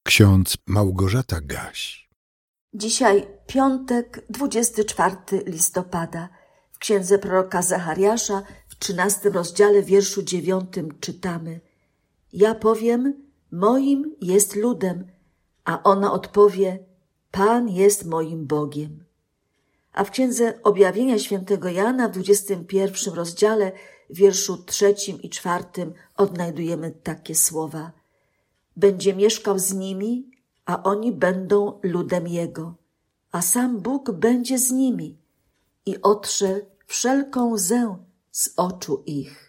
Ksiądz Małgorzata Gaś. Dzisiaj piątek, 24 listopada. W księdze proroka Zachariasza w 13 rozdziale, wierszu 9 czytamy: Ja powiem, moim jest ludem, a ona odpowie, Pan jest moim Bogiem. A w księdze Objawienia świętego Jana w 21 rozdziale, wierszu 3 i 4 odnajdujemy takie słowa: Będzie mieszkał z nimi, a oni będą ludem Jego, a sam Bóg będzie z nimi i otrze wszelką łzę z oczu ich.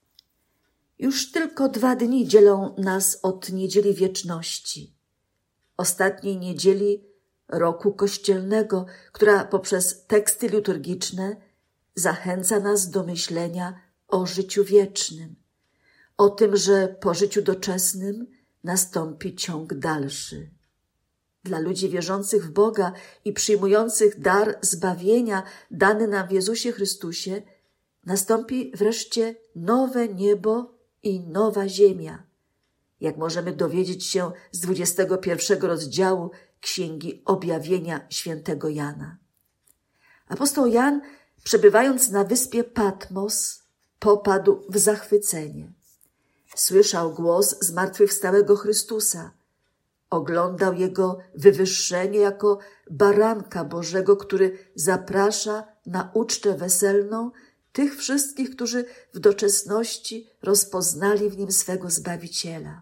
Już tylko 2 dni dzielą nas od Niedzieli Wieczności, ostatniej niedzieli roku kościelnego, która poprzez teksty liturgiczne zachęca nas do myślenia o życiu wiecznym, o tym, że po życiu doczesnym nastąpi ciąg dalszy. Dla ludzi wierzących w Boga i przyjmujących dar zbawienia dany nam w Jezusie Chrystusie nastąpi wreszcie nowe niebo i nowa ziemia, jak możemy dowiedzieć się z 21 rozdziału Księgi Objawienia świętego Jana. Apostoł Jan, przebywając na wyspie Patmos, popadł w zachwycenie. Słyszał głos zmartwychwstałego Chrystusa, oglądał Jego wywyższenie jako baranka Bożego, który zaprasza na ucztę weselną tych wszystkich, którzy w doczesności rozpoznali w Nim swego Zbawiciela.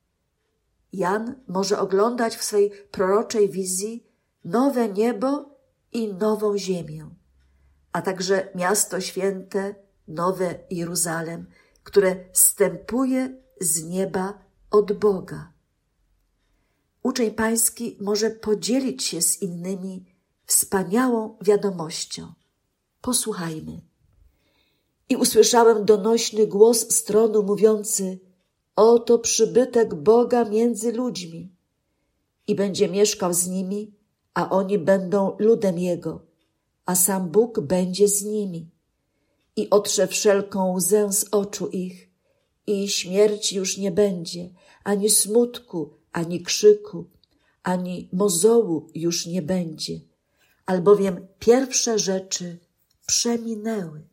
Jan może oglądać w swej proroczej wizji nowe niebo i nową ziemię, a także miasto święte, nowe Jeruzalem, które zstępuje z nieba od Boga. Uczeń pański może podzielić się z innymi wspaniałą wiadomością. Posłuchajmy. I usłyszałem donośny głos z tronu mówiący: Oto przybytek Boga między ludźmi i będzie mieszkał z nimi, a oni będą ludem Jego, a sam Bóg będzie z nimi i otrze wszelką łzę z oczu ich i śmierci już nie będzie, ani smutku, ani krzyku, ani mozołu już nie będzie, albowiem pierwsze rzeczy przeminęły.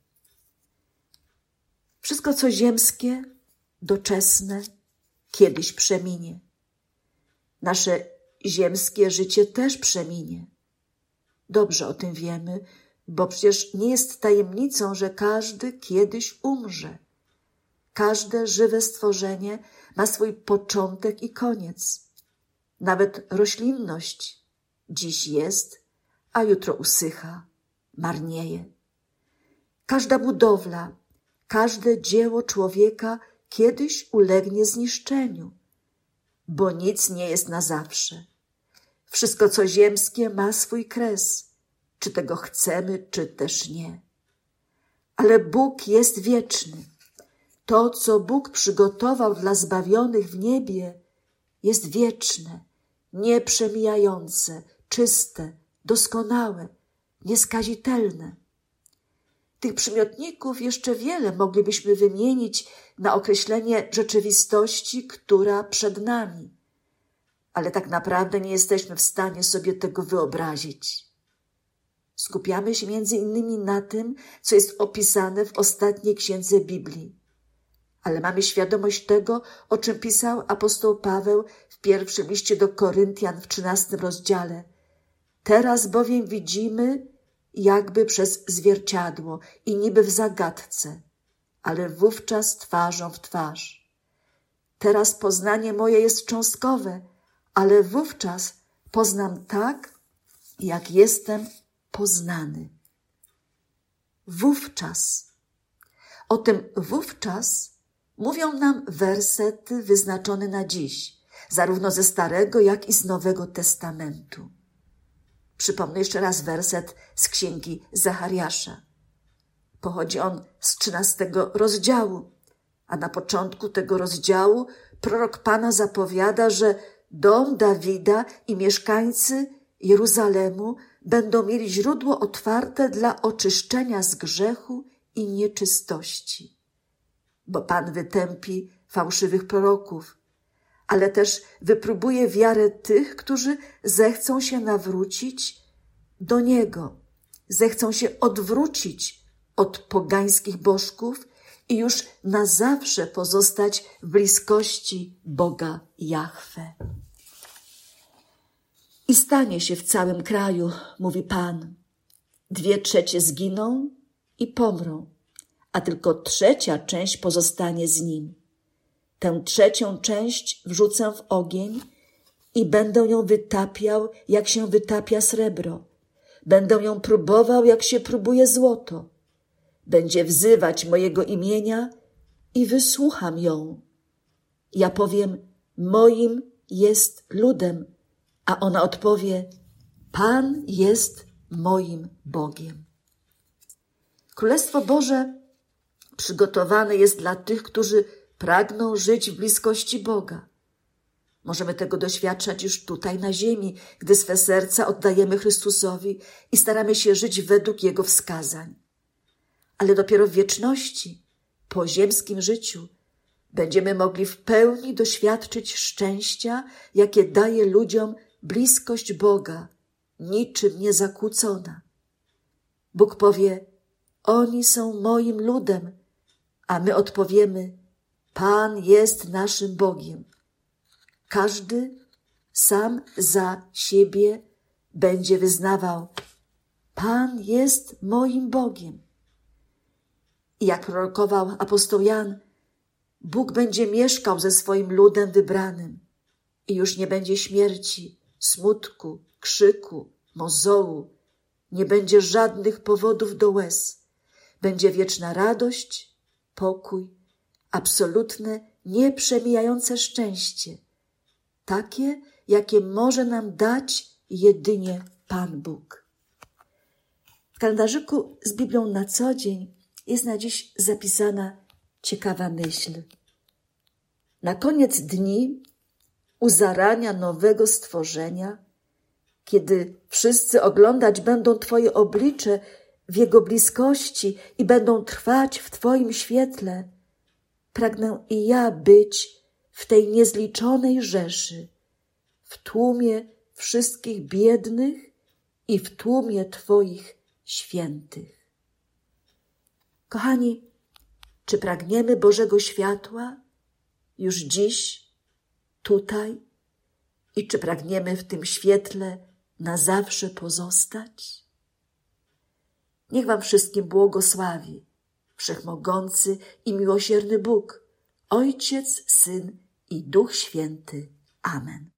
Wszystko, co ziemskie, doczesne, kiedyś przeminie. Nasze ziemskie życie też przeminie. Dobrze o tym wiemy, bo przecież nie jest tajemnicą, że każdy kiedyś umrze. Każde żywe stworzenie ma swój początek i koniec. Nawet roślinność dziś jest, a jutro usycha, marnieje. Każda budowla, każde dzieło człowieka kiedyś ulegnie zniszczeniu, bo nic nie jest na zawsze. Wszystko, co ziemskie, ma swój kres, czy tego chcemy, czy też nie. Ale Bóg jest wieczny. To, co Bóg przygotował dla zbawionych w niebie, jest wieczne, nieprzemijające, czyste, doskonałe, nieskazitelne. Tych przymiotników jeszcze wiele moglibyśmy wymienić na określenie rzeczywistości, która przed nami. Ale tak naprawdę nie jesteśmy w stanie sobie tego wyobrazić. Skupiamy się między innymi na tym, co jest opisane w ostatniej księdze Biblii. Ale mamy świadomość tego, o czym pisał apostoł Paweł w pierwszym liście do Koryntian w 13 rozdziale. Teraz bowiem widzimy jakby przez zwierciadło i niby w zagadce, ale wówczas twarzą w twarz. Teraz poznanie moje jest cząstkowe, ale wówczas poznam tak, jak jestem poznany. Wówczas. O tym wówczas mówią nam wersety wyznaczone na dziś, zarówno ze Starego, jak i z Nowego Testamentu. Przypomnę jeszcze raz werset z księgi Zachariasza. Pochodzi on z 13 rozdziału, a na początku tego rozdziału prorok Pana zapowiada, że dom Dawida i mieszkańcy Jeruzalemu będą mieli źródło otwarte dla oczyszczenia z grzechu i nieczystości. Bo Pan wytępi fałszywych proroków, ale też wypróbuje wiarę tych, którzy zechcą się nawrócić do Niego, zechcą się odwrócić od pogańskich bożków i już na zawsze pozostać w bliskości Boga Jahwe. I stanie się w całym kraju, mówi Pan. 2/3 zginą i pomrą, a tylko 1/3 część pozostanie z Nim. Tę 1/3 część wrzucę w ogień i będę ją wytapiał, jak się wytapia srebro. Będę ją próbował, jak się próbuje złoto. Będzie wzywać mojego imienia i wysłucham ją. Ja powiem, moim jest ludem, a ona odpowie, Pan jest moim Bogiem. Królestwo Boże przygotowane jest dla tych, którzy pragną żyć w bliskości Boga. Możemy tego doświadczać już tutaj na ziemi, gdy swe serca oddajemy Chrystusowi i staramy się żyć według Jego wskazań. Ale dopiero w wieczności, po ziemskim życiu, będziemy mogli w pełni doświadczyć szczęścia, jakie daje ludziom bliskość Boga, niczym niezakłócona. Bóg powie, oni są moim ludem, a my odpowiemy, Pan jest naszym Bogiem. Każdy sam za siebie będzie wyznawał, Pan jest moim Bogiem. I jak prorokował apostoł Jan, Bóg będzie mieszkał ze swoim ludem wybranym i już nie będzie śmierci, smutku, krzyku, mozołu, nie będzie żadnych powodów do łez. Będzie wieczna radość, pokój, absolutne, nieprzemijające szczęście, takie, jakie może nam dać jedynie Pan Bóg. W kalendarzyku z Biblią na co dzień jest na dziś zapisana ciekawa myśl. Na koniec dni, u zarania nowego stworzenia, kiedy wszyscy oglądać będą Twoje oblicze w Jego bliskości i będą trwać w Twoim świetle, pragnę i ja być w tej niezliczonej rzeszy, w tłumie wszystkich biednych i w tłumie Twoich świętych. Kochani, czy pragniemy Bożego światła już dziś, tutaj i czy pragniemy w tym świetle na zawsze pozostać? Niech Wam wszystkim błogosławi Wszechmogący i miłosierny Bóg, Ojciec, Syn i Duch Święty. Amen.